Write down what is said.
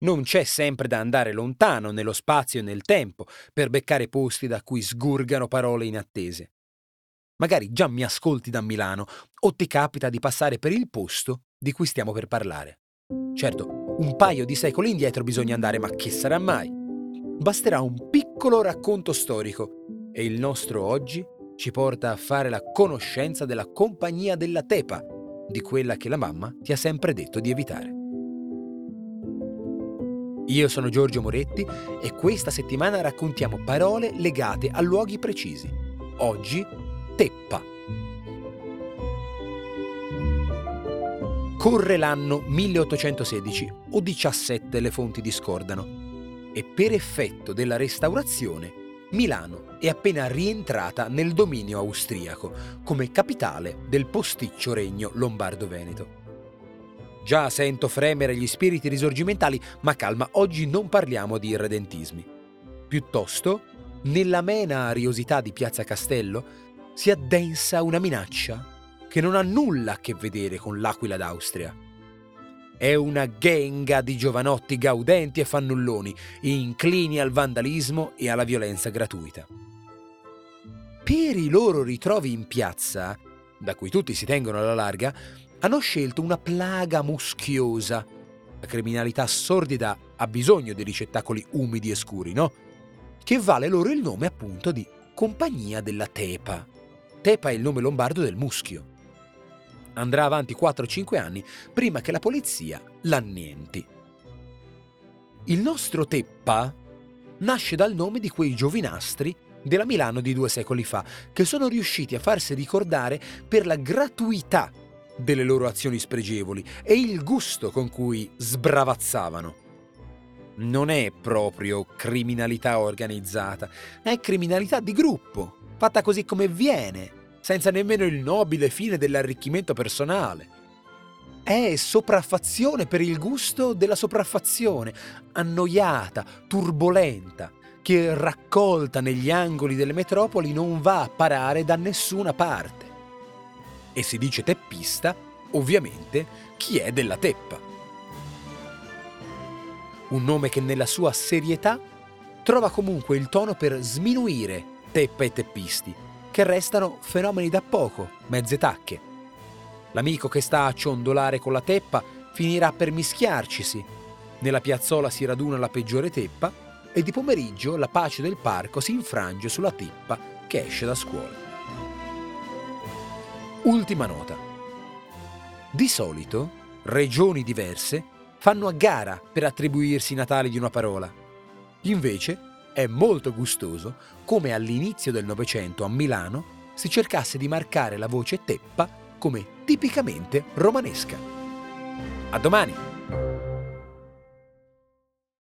Non c'è sempre da andare lontano nello spazio e nel tempo per beccare posti da cui sgurgano parole inattese. Magari già mi ascolti da Milano o ti capita di passare per il posto di cui stiamo per parlare. Certo, un paio di secoli indietro bisogna andare, ma che sarà mai? Basterà un piccolo racconto storico e il nostro oggi ci porta a fare la conoscenza della compagnia della Tepa, di quella che la mamma ti ha sempre detto di evitare. Io sono Giorgio Moretti e questa settimana raccontiamo parole legate a luoghi precisi. Oggi, Teppa. Corre l'anno 1816 o 17, le fonti discordano, e per effetto della restaurazione Milano è appena rientrata nel dominio austriaco come capitale del posticcio regno lombardo-veneto. Già sento fremere gli spiriti risorgimentali, ma calma, oggi non parliamo di irredentismi. Piuttosto, nell'amena ariosità di Piazza Castello si addensa una minaccia che non ha nulla a che vedere con l'Aquila d'Austria. È una genga di giovanotti gaudenti e fannulloni, inclini al vandalismo e alla violenza gratuita. Per i loro ritrovi in piazza, da cui tutti si tengono alla larga, hanno scelto una plaga muschiosa. La criminalità sordida ha bisogno di ricettacoli umidi e scuri, no? Che vale loro il nome appunto di Compagnia della Tepa. Tepa è il nome lombardo del muschio. Andrà avanti 4-5 anni prima che la polizia l'annienti. Il nostro Teppa nasce dal nome di quei giovinastri della Milano di 2 secoli fa, che sono riusciti a farsi ricordare per la gratuità delle loro azioni spregevoli e il gusto con cui sbravazzavano. Non è proprio criminalità organizzata, è criminalità di gruppo, fatta così come viene, senza nemmeno il nobile fine dell'arricchimento personale. È sopraffazione per il gusto della sopraffazione, annoiata, turbolenta, che raccolta negli angoli delle metropoli non va a parare da nessuna parte. E si dice teppista, ovviamente, chi è della Teppa. Un nome che nella sua serietà trova comunque il tono per sminuire Teppa e teppisti, che restano fenomeni da poco, mezze tacche. L'amico che sta a ciondolare con la Teppa finirà per mischiarcisi. Nella piazzola si raduna la peggiore Teppa e di pomeriggio la pace del parco si infrange sulla Teppa che esce da scuola. Ultima nota. Di solito, regioni diverse fanno a gara per attribuirsi i natali di una parola. Invece, è molto gustoso come all'inizio del Novecento a Milano si cercasse di marcare la voce Teppa come tipicamente romanesca. A domani!